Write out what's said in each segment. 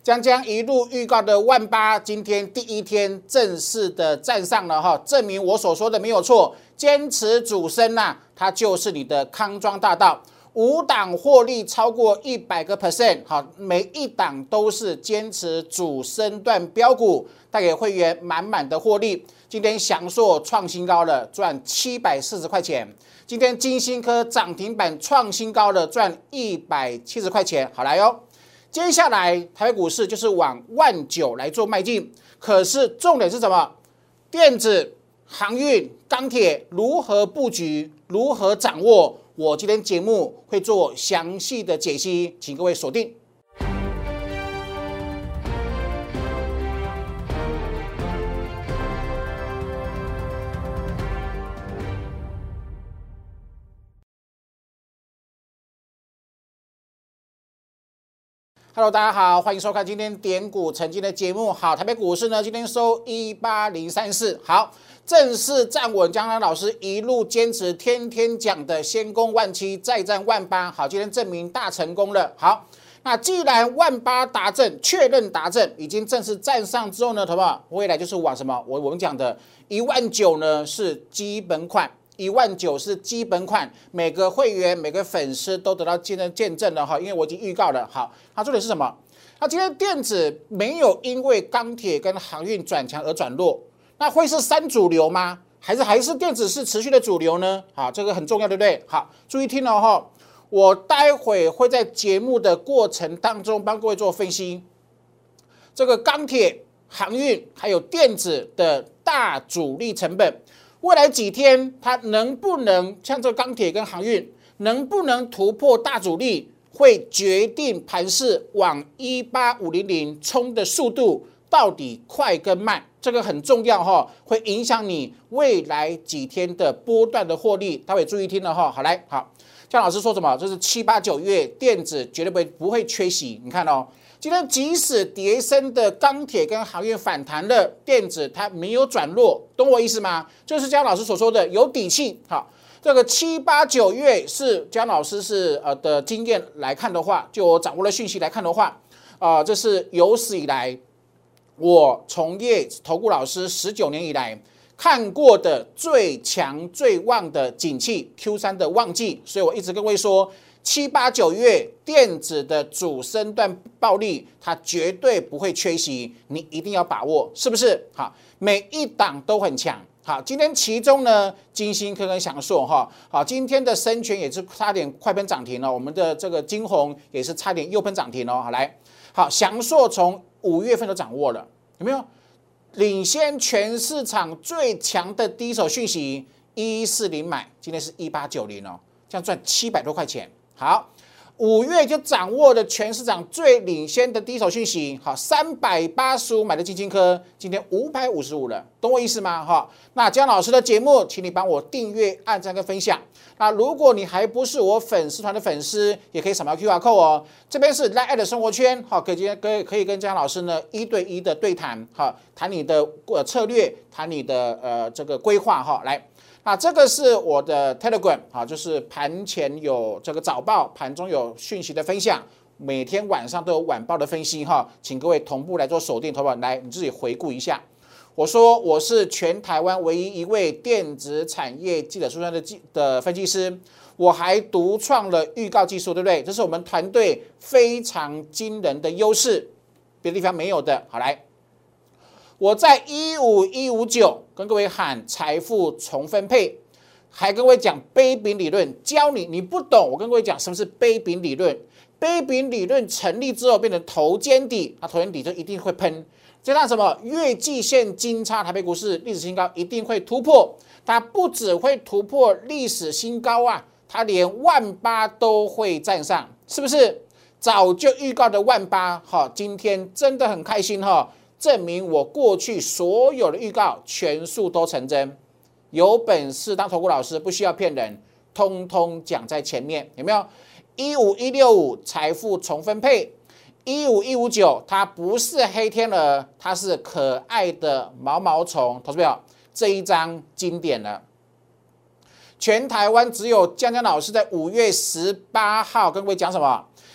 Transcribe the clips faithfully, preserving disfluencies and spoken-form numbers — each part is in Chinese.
江江一路预告的万八，今天第一天正式的站上了哈，证明我所说的没有错。坚持主升呐、啊，它就是你的康庄大道。五档获利超过一百个 percent， 好，每一档都是坚持主升段标股，带给会员满满的获利。今天祥硕创新高了，赚七百四十块钱。今天金星科涨停板创新高了，赚一百七十块钱。好来哦。接下来台北股市就是往万九来做迈进，可是重点是什么？电子、航运、钢铁如何布局，如何掌握？我今天节目会做详细的解析，请各位锁定。Hello， 大家好，欢迎收看今天点股成金的节目。好，台北股市呢今天收一八零三四，好，正式站稳江南老师一路坚持天天讲的先攻万七，再战万八。好，今天证明大成功了。好，那既然万八达阵，确认达阵，已经正式站上之后呢，同学们，未来就是往什么？我我们讲的一万九呢是基本款。一万九是基本款，每个会员、每个粉丝都得到见证见证了哈，因为我已经预告了。好，它重点是什么？那今天电子没有因为钢铁跟航运转强而转弱，那会是三主流吗？还是还是电子是持续的主流呢？好，这个很重要，对不对？好，注意听了哈，我待会会在节目的过程当中帮各位做分析，这个钢铁、航运还有电子的大主力成本。未来几天，它能不能像这个钢铁跟航运，能不能突破大主力，会决定盘势往一八五零零冲的速度到底快跟慢，这个很重要哈，会影响你未来几天的波段的获利。待会注意听了哈。好，来，好，江老师说什么？这是七八九月电子绝对不会不会缺席。你看哦。今天即使跌升的钢铁跟航运反弹了，电子它没有转弱，懂我意思吗？就是江老师所说的有底气。好，这个七八九月是江老师是呃的经验来看的话，就我掌握的讯息来看的话，啊、呃，这是有史以来我从业投顾老师十九年以来看过的最强最旺的景气 Q 三 的旺季，所以我一直跟各位说。七八九月电子的主升段暴利，它绝对不会缺席，你一定要把握，是不是？好，每一档都很强。好，今天其中呢，金星科跟祥硕哈，好，今天的深全也是差点快喷涨停了，我们的这个金红也是差点又喷涨停哦。好，来，好，祥硕从五月份都掌握了，有没有？领先全市场最强的第一手讯息，一一四零买，今天是一八九零哦，这样赚七百多块钱。好，五月就掌握了全市场最领先的第一手讯息。好，三百八十五买的金星科，今天五百五十五了，懂我意思吗？哈，那江老师的节目，请你帮我订阅、按赞跟分享。那如果你还不是我粉丝团的粉丝，也可以扫描 Q R code 哦。这边是 Line@ 的生活圈，好，可以可以可以跟江老师呢一对一的对谈，好，谈你的呃策略，谈你的呃这个规划哈，来。那这个是我的 Telegram 啊，就是盘前有这个早报，盘中有讯息的分享，每天晚上都有晚报的分析哈，请各位同步来做锁定，投保来你自己回顾一下。我说我是全台湾唯一一位电子产业记者出身的记的分析师，我还独创了预告技术，对不对？这是我们团队非常惊人的优势，别的地方没有的。好来。我在一五一五九跟各位喊财富重分配，还跟各位讲杯柄理论，教你你不懂，我跟各位讲什么是杯柄理论。杯柄理论成立之后变成头肩底，那头肩底就一定会喷。加上什么月季线金叉，台北股市历史新高一定会突破，它不只会突破历史新高啊，它连万八都会站上，是不是？早就预告的万八，哈，今天真的很开心哈。证明我过去所有的预告全数都成真，有本事当投顾老师不需要骗人，通通讲在前面，有没有？一五一六五财富重分配，一五一五九它不是黑天鹅，它是可爱的毛毛虫，投资朋友，这一张经典了。全台湾只有江江老师在五月十八号跟各位讲什么？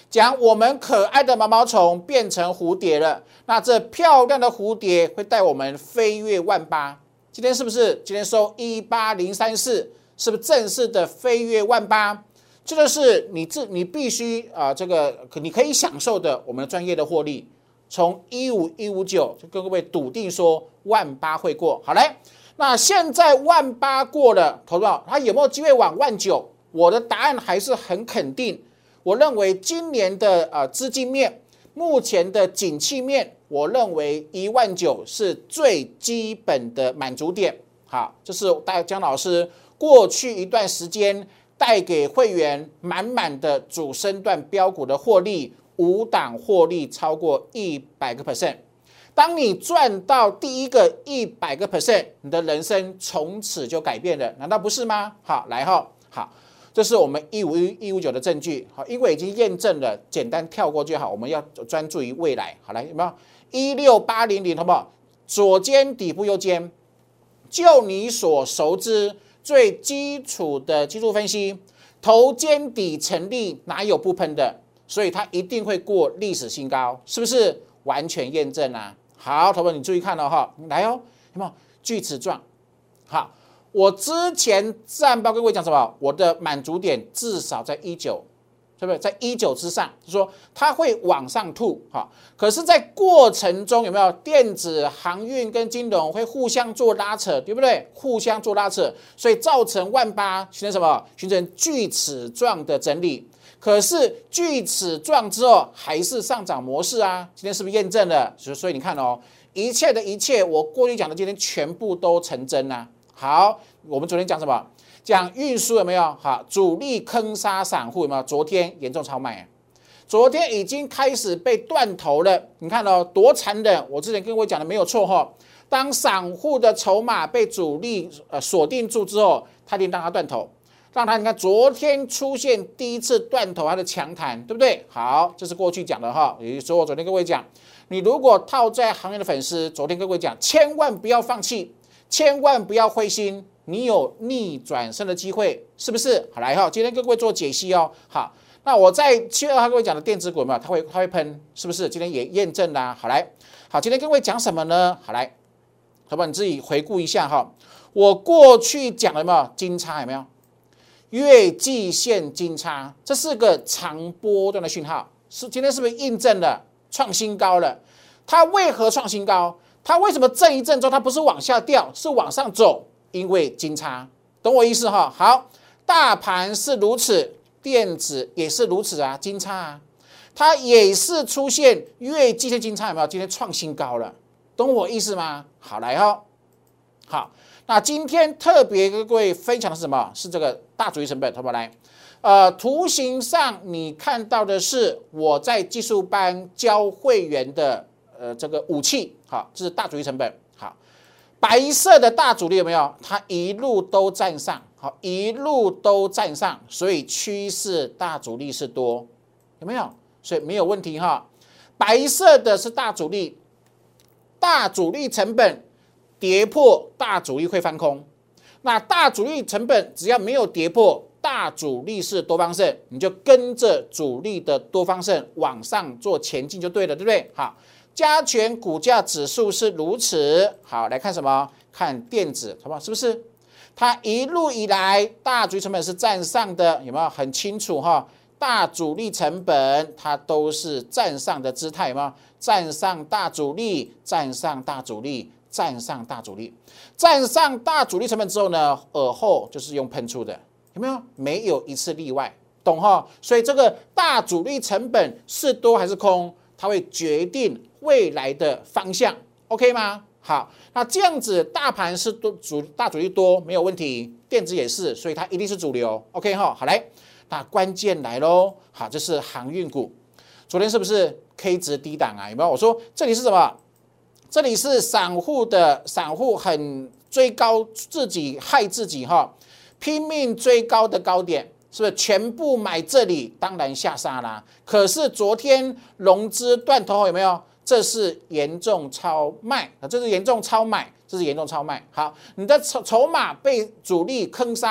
讲我们可爱的毛毛虫变成蝴蝶了，那这漂亮的蝴蝶会带我们飞越万八。今天是不是？今天收一八零三四，是不是正式的飞越万八？这就是你自你必须啊、呃，这个你可以享受的我们的专业的获利。从一五一五九就跟各位笃定说万八会过。好嘞，那现在万八过了，投资者它有没有机会往万九？我的答案还是很肯定。我认为今年的呃资金面，目前的景气面，我认为一万九是最基本的满足点。好，这是大江老师过去一段时间带给会员满满的主升段标股的获利，五档获利超过一百个 percent。当你赚到第一个一百个 percent， 你的人生从此就改变了，难道不是吗？好，来哈，好。这是我们一五一五九的证据，好，因为已经验证了，简单跳过就好。我们要专注于未来，好来，有没有一六八零零，好不好？左肩底部右肩，就你所熟知最基础的技术分析，头肩底成立，哪有不喷的？所以它一定会过历史新高，是不是？完全验证啊！好，同学们你注意看了、哦、哈，来哦，有没有锯齿状？好。我之前战报跟各位讲什么？我的满足点至少在一九，对不对？在一九之上，就是说它会往上吐，哈。可是，在过程中有没有电子、航运跟金融会互相做拉扯，对不对？互相做拉扯，所以造成万八形成什么？形成锯齿状的整理。可是锯齿状之后还是上涨模式啊，今天是不是验证了？所以你看哦，一切的一切，我过去讲的今天全部都成真啊。好，我们昨天讲什么？讲运输有没有？好，主力坑杀散户有没有？昨天严重超卖，昨天已经开始被断头了。你看哦，多残忍！我之前跟各位讲的没有错哈。当散户的筹码被主力呃锁定住之后，他一定让它断头，让它你看昨天出现第一次断头它的强弹，对不对？好，这是过去讲的哈。也就是说，我昨天跟各位讲，你如果套在行业的粉丝，昨天跟各位讲，千万不要放弃。千万不要灰心，你有逆转胜的机会，是不是？好来哈，今天跟各位做解析哦。好，那我在七月二号跟各位讲的电子股有没有？它会它会喷，是不是？今天也验证啦、啊。好来，好，今天跟各位讲什么呢？好来，好吧，你自己回顾一下哈。我过去讲了有没有金叉有没有？月季线金叉，这是个长波段的讯号，是今天是不是印证了创新高了？它为何创新高？它为什么震一震之后，它不是往下掉，是往上走？因为金叉，懂我意思哈？好，大盘是如此，电子也是如此啊，金叉啊，它也是出现月季线金叉，有没有？今天创新高了，懂我意思吗？好，来哦，好，那今天特别跟各位分享的是什么？是这个大主力成本，好不好？来，呃，图形上你看到的是我在技术班教会员的。呃，这个武器好，这是大主力成本好，白色的大主力有没有？它一路都站上，好，一路都站上，所以趋势大主力是多，有没有？所以没有问题哈。白色的是大主力，大主力成本跌破，大主力会翻空。那大主力成本只要没有跌破，大主力是多方胜，你就跟着主力的多方胜往上做前进就对了，对不对？好。加权股价指数是如此，好，来看什么？看电子，好不好？是不是？它一路以来大主力成本是站上的，有没有很清楚哈？大主力成本它都是站上的姿态，有没有？站上大主力，站上大主力，站上大主力，站上大主力成本之后呢，耳后就是用喷出的，有没有？没有一次例外，懂哈？所以这个大主力成本是多还是空？它会决定未来的方向 ，OK 吗？好，那这样子大盘是多主大主力多没有问题，电子也是，所以它一定是主流 ，OK 哈。好来，那关键来喽，好，这是航运股，昨天是不是 K 值低档啊？有没有？我说这里是什么？这里是散户的散户很追高自己害自己哈，拼命追高的高点。是不是全部买这里？当然下杀啦。可是昨天融资断头后有没有？这是严重超卖啊！这是严重超买，这是严重超卖。好，你的筹筹码被主力坑杀，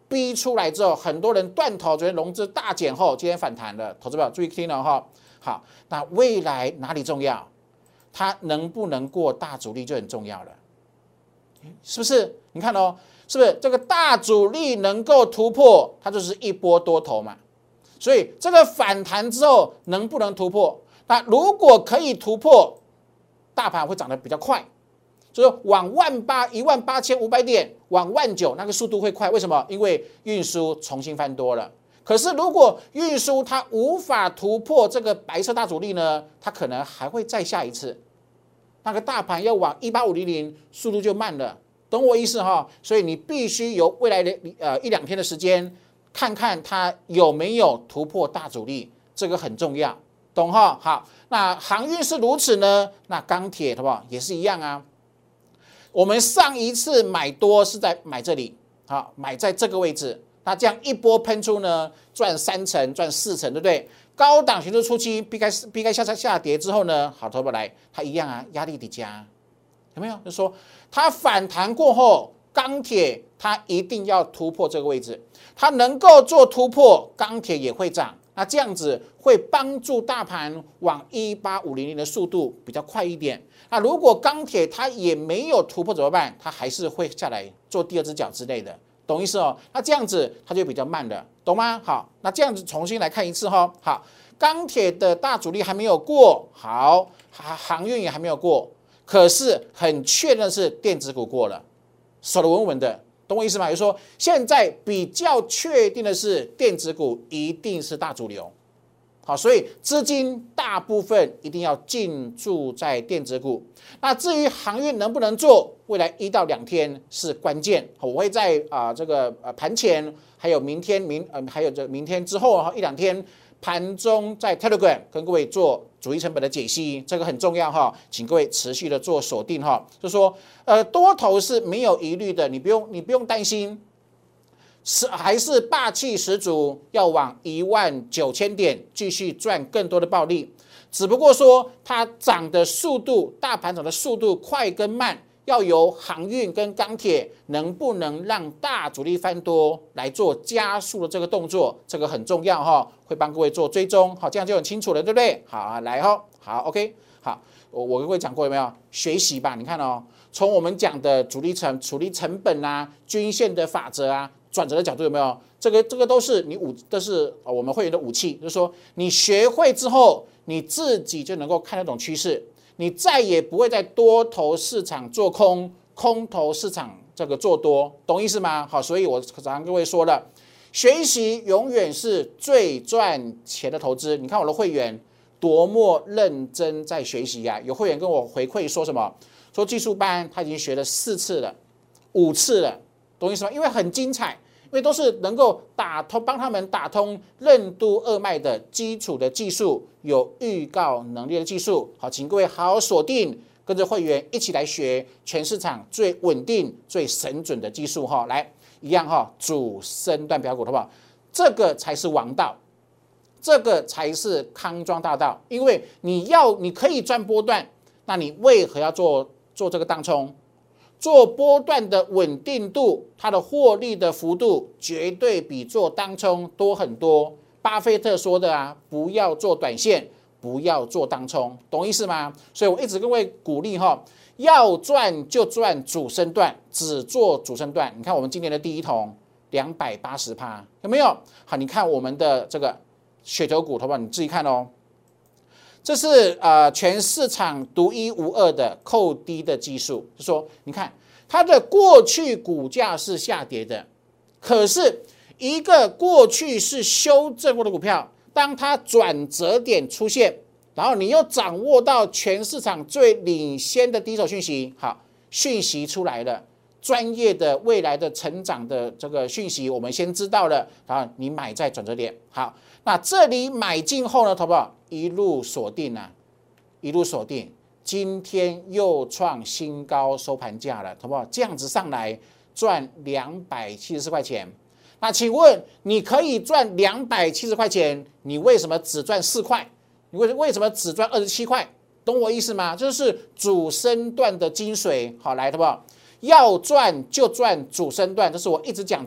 逼出来之后，很多人断头，昨天融资大减后，今天反弹了，投资者注意听了哈。好，那未来哪里重要？它能不能过大主力就很重要了，是不是？你看哦，是不是这个大主力能够突破，它就是一波多头嘛。所以这个反弹之后能不能突破？那如果可以突破，大盘会涨得比较快。就是往万八一万八千五百点，往万九那个速度会快，为什么？因为运输重新翻多了。可是如果运输它无法突破这个白色大主力呢，它可能还会再下一次。那个大盘要往一八五零零，速度就慢了，懂我意思哈？所以你必须有未来的呃一两天的时间，看看它有没有突破大主力，这个很重要，懂哈？好，那航运是如此呢，那钢铁好不好也是一样啊。我们上一次买多是在买这里，好，买在这个位置，那这样一波喷出呢，赚三成，赚四成，对不对？高档形成初期避开避开下下下跌之后呢，好，投不来，它一样啊，压力叠加，有没有？就是说它反弹过后，钢铁它一定要突破这个位置，它能够做突破，钢铁也会涨。那这样子会帮助大盘往一八五零零的速度比较快一点。那如果钢铁它也没有突破怎么办？它还是会下来做第二只脚之类的，懂意思哦？那这样子它就比较慢了，懂吗？好，那这样子重新来看一次哈。好，钢铁的大主力还没有过，好，航运也还没有过，可是很确认是电子股过了，守得稳稳的。懂我意思吗？就是说，现在比较确定的是，电子股一定是大主流，好，所以资金大部分一定要进驻在电子股。那至于航运能不能做，未来一到两天是关键。我会在啊、呃、这个呃盘前，还有明天明呃还有这明天之后一两天盘中在 Telegram 跟各位做主力成本的解析，这个很重要哈，请各位持续的做锁定哈。就说呃多头是没有疑虑的，你不用你不用担心，是还是霸气十足，要往一万九千点继续赚更多的暴利。只不过说它涨的速度，大盘涨的速度快跟慢，要由航运跟钢铁能不能让大主力翻多来做加速的这个动作，这个很重要哈，会帮各位做追踪，好，这样就很清楚了，对不对？好，来哈，好 OK， 好，我我跟各位讲过有没有？学习吧，你看哦，从我们讲的主力成主力成本啊、均线的法则啊、转折的角度有没有？这个这个都是你武，都是我们会员的武器，就是说你学会之后，你自己就能够看得懂趋势。你再也不会在多头市场做空，空头市场这个做多，懂意思吗？好，所以我常常跟各位说了，学习永远是最赚钱的投资。你看我的会员多么认真在学习呀、啊！有会员跟我回馈说什么？说技术班他已经学了四次了，五次了，懂意思吗？因为很精彩。因为都是能够打通，帮他们打通任督二脉的基础的技术，有预告能力的技术。好，请各位好好锁定，跟着会员一起来学全市场最稳定、最神准的技术哈。来，一样哈，主升段标股好不好？这个才是王道，这个才是康庄大道。因为你要你可以赚波段，那你为何要做做这个当冲？做波段的稳定度，它的获利的幅度绝对比做当冲多很多。巴菲特说的啊，不要做短线，不要做当冲，懂意思吗？所以我一直跟各位鼓励哈，要赚就赚主升段，只做主升段。你看我们今年的第一桶两百八十趴，有没有？好，你看我们的这个雪球股，好不好？你自己看哦。这是呃全市场独一无二的扣低的技术，就说你看它的过去股价是下跌的，可是一个过去是修正过的股票，当它转折点出现，然后你又掌握到全市场最领先的第一手讯息，好，讯息出来了，专业的未来的成长的这个讯息我们先知道了，然后你买在转折点，好，那这里买进后呢，好不好？一路锁定啊，一路锁定，今天又创新高收盘价了，好不好？这样子上来赚两百七十四块钱。那请问你可以赚两百七十块钱，你为什么只赚四块？你为为什么只赚二十七块？懂我意思吗？这是主升段的精髓。好，来，好不好？要赚就赚主升段，这是我一直讲的。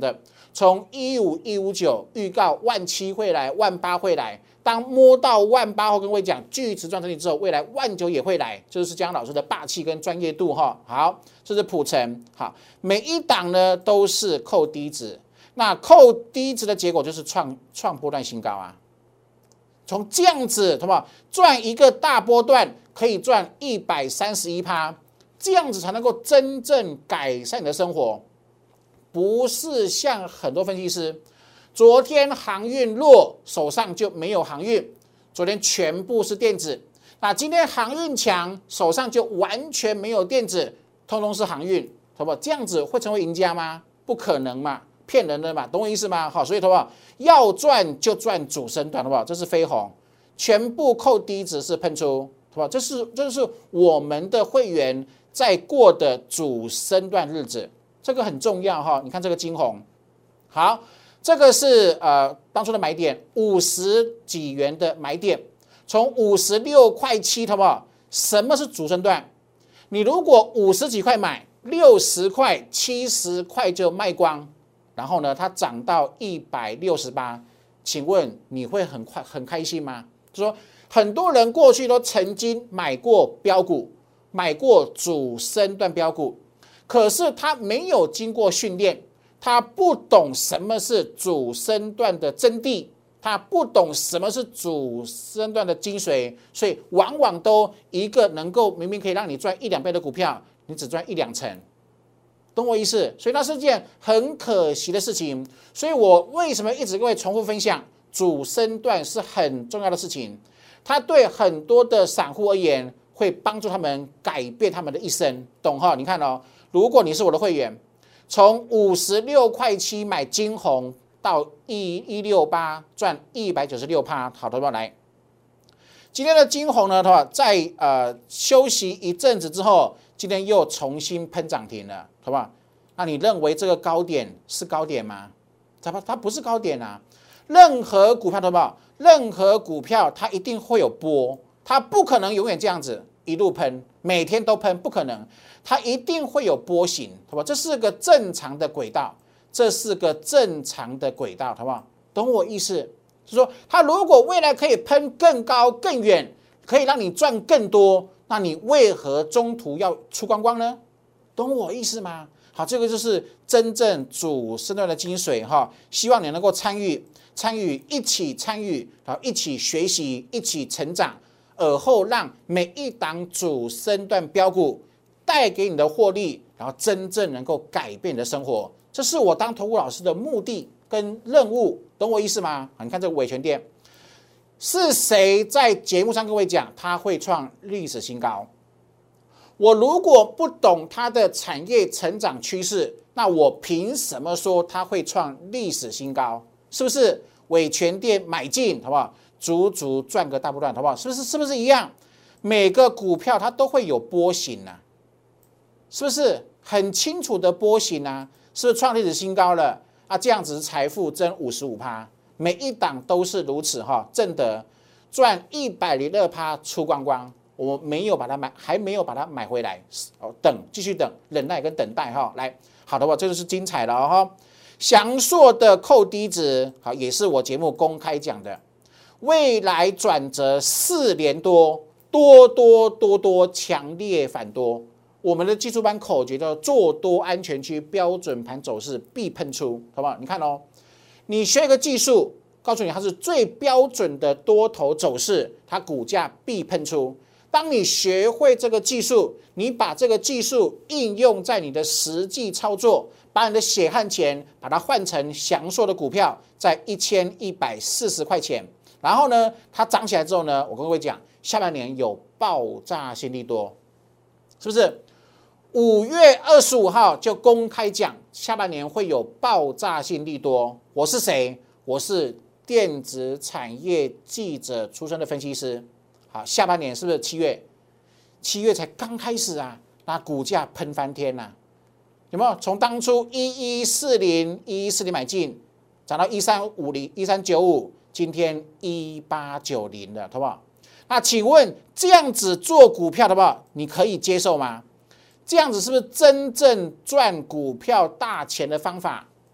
从一五一五九预告万七会来，万八会来。当摸到万八后，跟各位讲锯齿状整理之后，未来万九也会来，这就是江老师的霸气跟专业度哈。好，这是普成，好，每一档呢都是扣低值，那扣低值的结果就是创创波段新高啊。从这样子，好不好？赚一个大波段可以赚一百三十一趴，这样子才能够真正改善你的生活，不是像很多分析师。昨天航运弱，手上就没有航运。昨天全部是电子，那今天航运强，手上就完全没有电子，通通是航运，好不好？这样子会成为赢家吗？不可能嘛，骗人的嘛，懂我意思吗？好，所以好不好？要赚就赚主升段，好不好？这是飞鸿，全部扣低值是喷出，好不好？这是这是我们的会员在过的主升段日子，这个很重要哈。你看这个金红，好。这个是呃当初的买点，五十几元的买点，从五十六块七，好不好？什么是主升段？你如果五十几块买，六十块、七十块就卖光，然后呢，它涨到一百六十八，请问你会很快很开心吗？就说很多人过去都曾经买过标股，买过主升段标股，可是他没有经过训练。他不懂什么是主升段的真谛，他不懂什么是主升段的精髓，所以往往都一个能够明明可以让你赚一两倍的股票，你只赚一两成，懂我意思？所以那是件很可惜的事情。所以我为什么一直跟各位重复分享，主升段是很重要的事情，它对很多的散户而言，会帮助他们改变他们的一生，懂哈？你看哦，如果你是我的会员。从五十六块七买金红到一一六八赚一百九十六趴，好的，来，今天的金红呢，在呃休息一阵子之后，今天又重新喷涨停了，好不好？那你认为这个高点是高点吗？它它不是高点啊！任何股票，好不好？任何股票它一定会有波，它不可能永远这样子一路喷，每天都喷，不可能。它一定会有波形，好不好？这是个正常的轨道，这是个正常的轨道，好不好？懂我意思？就是说，它如果未来可以喷更高、更远，可以让你赚更多，那你为何中途要出光光呢？懂我意思吗？好，这个就是真正主升段的精髓哈。希望你能够参与，参与一起参与，然后一起学习，一起成长，而后让每一档主升段标股。带给你的获利，然后真正能够改变你的生活，这是我当投顾老师的目的跟任务，懂我意思吗？你看这个伟全店，是谁在节目上跟各位讲它会创历史新高？我如果不懂它的产业成长趋势，那我凭什么说它会创历史新高？是不是？伟全店买进，好不好？足足赚个大波段，好不好？是不是？是不是一样？每个股票它都会有波形啊。是不是很清楚的波形啊？是不是创历史新高了啊？这样子财富增五十五趴，每一档都是如此哈。正德赚一百零二趴出光光，我没有把它买，还没有把它买回来，哦，等继续等，忍耐跟等待哈。来，好的吧，这就是精彩了哈。祥硕的扣低值，好，也是我节目公开讲的，未来转折四连多，多多多多强烈反多。我们的技术班口诀叫做多安全区，标准盘走势必喷出，好不好？你看哦，你学一个技术，告诉你它是最标准的多头走势，它股价必喷出。当你学会这个技术，你把这个技术应用在你的实际操作，把你的血汗钱把它换成祥硕的股票，在一千一百四十块钱，然后呢，它涨起来之后呢，我跟各位讲，下半年有爆炸性利多，是不是？五月二十五号就公开讲，下半年会有爆炸性利多。我是谁？我是电子产业记者出身的分析师。好，下半年是不是七月？七月才刚开始啊，那股价喷翻天呐、啊，有没有？从当初一一四零、一一四零买进，涨到一三五零、一三九五，今天一八九零了，好不好？那请问这样子做股票，好不好？你可以接受吗？这样子是不是真正赚股票大钱的方法？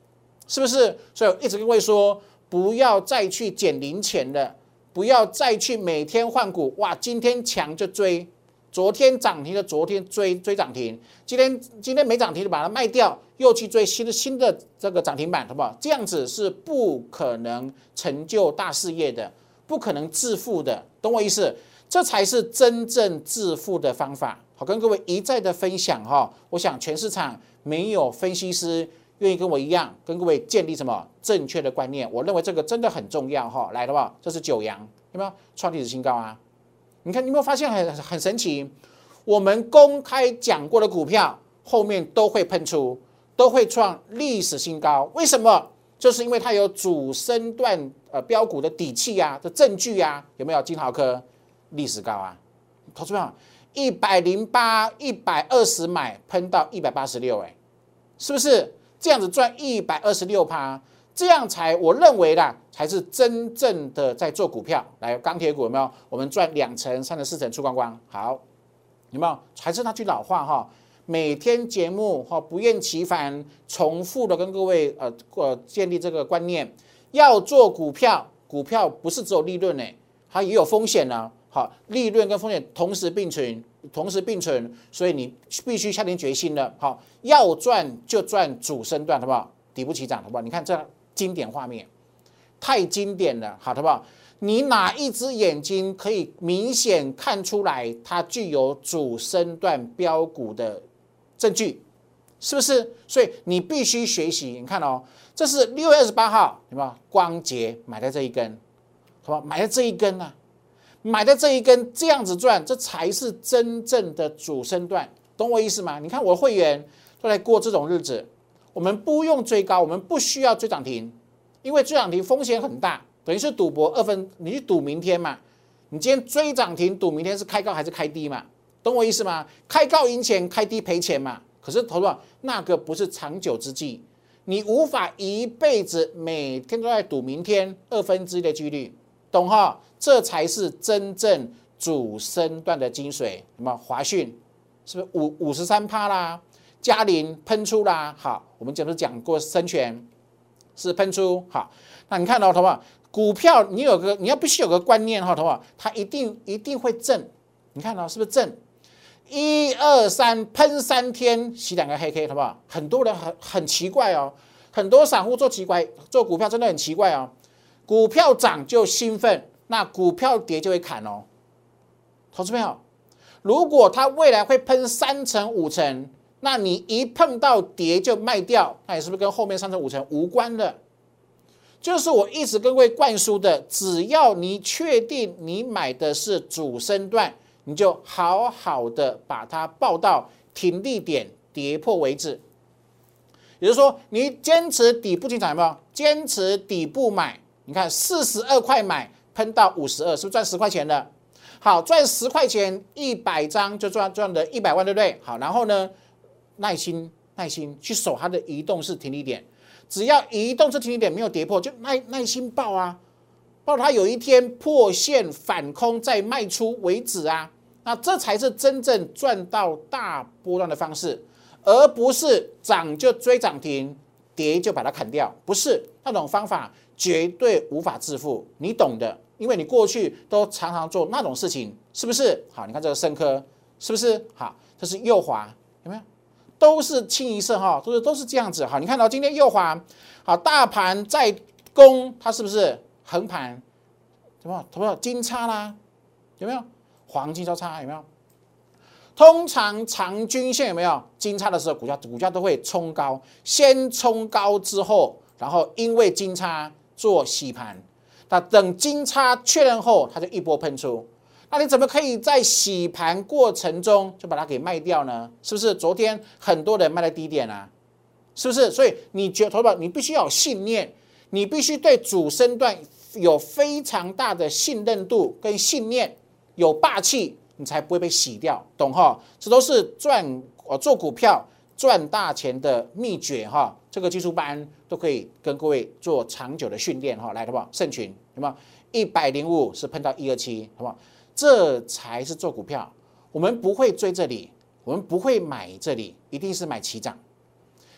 是不是？所以我一直跟各位说，不要再去捡零钱了，不要再去每天换股，哇，今天强就追，昨天涨停的昨天追追涨停，今天今天没涨停就把它卖掉，又去追新的新的这个涨停板，好不好？这样子是不可能成就大事业的，不可能致富的，懂我意思？这才是真正致富的方法。好，跟各位一再的分享哈，我想全市场没有分析师愿意跟我一样，跟各位建立什么正确的观念。我认为这个真的很重要哈。来的话，这是九阳，有没有创历史新高啊？你看，你有没有发现很很神奇？我们公开讲过的股票，后面都会喷出，都会创历史新高。为什么？就是因为它有主升段呃标股的底气啊，的证据啊，有没有？金豪科历史高啊，投资票一百零八、一百二十买喷到一百八十六，哎，是不是这样子赚一百二十六趴？这样才我认为啦，才是真正的在做股票。来，钢铁股有没有？我们赚两成、三成、四成出光光。好，有没有？还是那句老话哈，每天节目哈不厌其烦、重复的跟各位呃呃建立这个观念，要做股票，股票不是只有利润呢，它也有风险呢。好，利润跟风险同时并存，同时并存，所以你必须下定决心了。好，要赚就赚主升段，好不好？底部起涨，好不好？你看这经典画面，太经典了，好，好不好？你哪一只眼睛可以明显看出来它具有主升段标股的证据？是不是？所以你必须学习。你看哦，这是六月二十八号，有没有？光捷买在这一根，好不好？买在这一根啊。买的这一根这样子赚，这才是真正的主升段，懂我意思吗？你看我的会员都来过这种日子，我们不用追高，我们不需要追涨停，因为追涨停风险很大，等于是赌博二分，你去赌明天嘛，你今天追涨停赌明天是开高还是开低嘛，懂我意思吗？开高赢钱，开低赔钱嘛。可是投资者那个不是长久之计，你无法一辈子每天都在赌明天二分之一的几率，懂哈？这才是真正主升段的精髓。什么华讯是不是五五十三趴啦？嘉麟喷出啦，好，我们讲不是讲过深全是喷出，好，那你看到、哦、好不好？股票你有个你要必须有个观念哈，好不好？它一定一定会震，你看到、哦、是不是震？一二三喷三天洗两个黑 K， 好不好？很多人很很奇怪哦，很多散户做奇怪做股票真的很奇怪哦，股票涨就兴奋。那股票跌就会砍哦，投资朋友，如果它未来会喷三成五成，那你一碰到跌就卖掉，那你是不是跟后面三成五成无关了？就是我一直跟各位灌输的，只要你确定你买的是主升段，你就好好的把它抱到停利点跌破为止。也就是说，你坚持底部进场有没有？坚持底部买，你看四十二块买。喷到五十二，是不是赚十块钱了？好，赚十块钱，一百张就赚赚了一百万，对不对？好，然后呢，耐心耐心去守它的移动式停利点，只要移动式停利点没有跌破，就耐耐心抱啊，抱它有一天破线反空再卖出为止啊。那这才是真正赚到大波段的方式，而不是涨就追涨停，跌就把它砍掉，不是那种方法，绝对无法致富，你懂的。因为你过去都常常做那种事情，是不是？好，你看这个深科，是不是？好，这是右滑，有没有？都是清一色哈，都是都是这样子。好，你看到今天右滑，好，大盘在攻，它是不是横盘？有没有？有没有金叉啦？有没有黄金交叉？有没有？通常长均线有没有金叉的时候，股价股价都会冲高，先冲高之后，然后因为金叉做洗盘。那等金叉确认后，它就一波喷出。那你怎么可以在洗盘过程中就把它给卖掉呢？是不是？昨天很多人卖在低点啊，是不是？所以你觉得你必须要有信念，你必须对主升段有非常大的信任度跟信念，有霸气，你才不会被洗掉，懂哈？这都是赚呃做股票赚大钱的秘诀哈。这个技术班都可以跟各位做长久的训练哈，来好不好？盛群有没有？一百零五是喷到一二七，好不好？这才是做股票。我们不会追这里，我们不会买这里，一定是买起涨。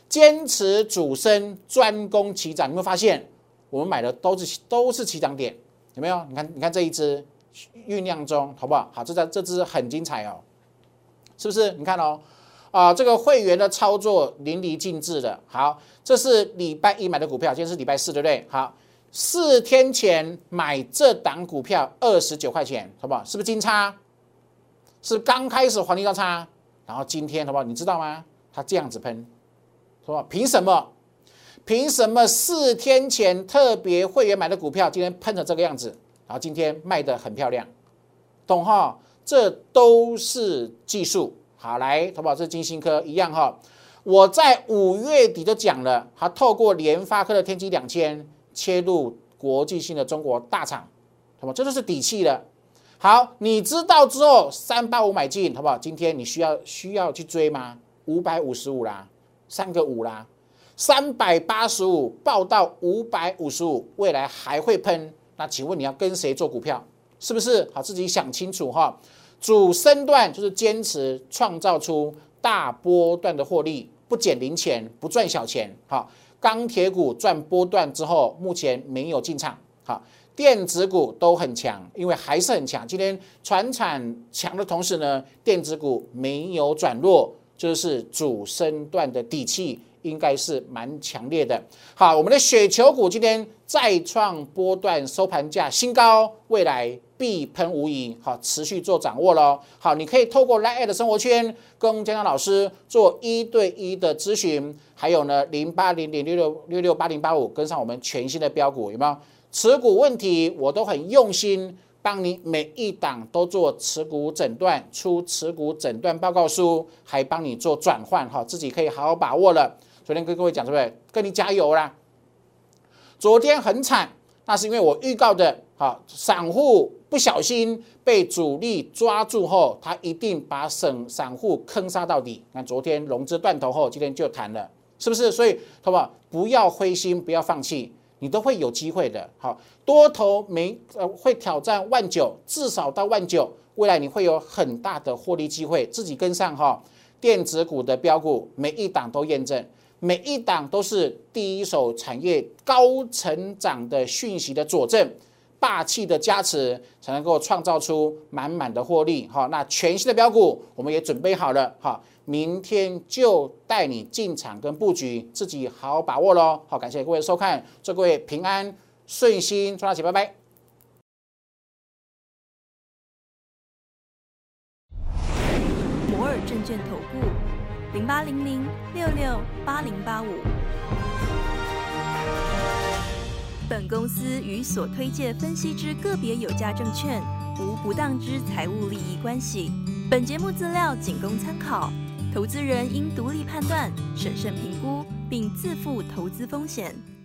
坚持主升，专攻起涨。你会发现，我们买的都是都是起涨点，有没有？你看，你看这一只酝酿中，好不好？好，这这这只很精彩哦，是不是？你看哦，啊、呃，这个会员的操作淋漓尽致的。好，这是礼拜一买的股票，今天是礼拜四，对不对？好，四天前买这档股票二十九块钱，好不好？是不是金叉？是刚开始黄金交叉，然后今天好不好？你知道吗？它这样子喷。凭什么？凭什么四天前特别会员买的股票，今天喷成这个样子，然后今天卖得很漂亮，懂哈？这都是技术。好，来，投保这是金星科一样哈。我在五月底就讲了，它透过联发科的天玑两千切入国际性的中国大厂，好不好？这就是底气了。好，你知道之后三八五买进，好不好？今天你需要需要去追吗？五百五十五啦。三个五啦，三百八十五报到五百五十五，未来还会喷。那请问你要跟谁做股票？是不是？好，自己想清楚哈。主升段就是坚持创造出大波段的获利，不捡零钱，不赚小钱。好，钢铁股赚波段之后，目前没有进场。好，电子股都很强，因为还是很强。今天传产强的同时呢，电子股没有转弱。就是主升段的底气应该是蛮强烈的。好，我们的雪球股今天再创波段收盘价新高，未来必喷无疑。好，持续做掌握咯。好，你可以透过 LINE 的生活圈跟江江老师做一对一的咨询，还有呢零八零零六六六六八零八五跟上我们全新的标股，有没有？持股问题我都很用心。帮你每一档都做持股诊断，出持股诊断报告书，还帮你做转换，哈，自己可以好好把握了。昨天跟各位讲，对不对？跟你加油啦！昨天很惨，那是因为我预告的，好，散户不小心被主力抓住后，他一定把散散户坑杀到底。那昨天融资断头后，今天就弹了，是不是？所以，好不好？不要灰心，不要放弃。你都会有机会的，好，多头没呃会挑战万九，至少到万九，未来你会有很大的获利机会，自己跟上哈。电子股的标股，每一档都验证，每一档都是第一手产业高成长的讯息的佐证，霸气的加持，才能够创造出满满的获利哈。那全新的标股，我们也准备好了哈。明天就带你进场跟布局，自己好好把握咯。好，感谢各位收看，祝各位平安顺心，赚大钱，拜拜。 摩尔证券投顾零八零零六六八零八五。本公司与所推介分析之个别有价证券无不当之财务利益关系。本节目资料仅供参考。投资人应独立判断、审慎评估，并自负投资风险。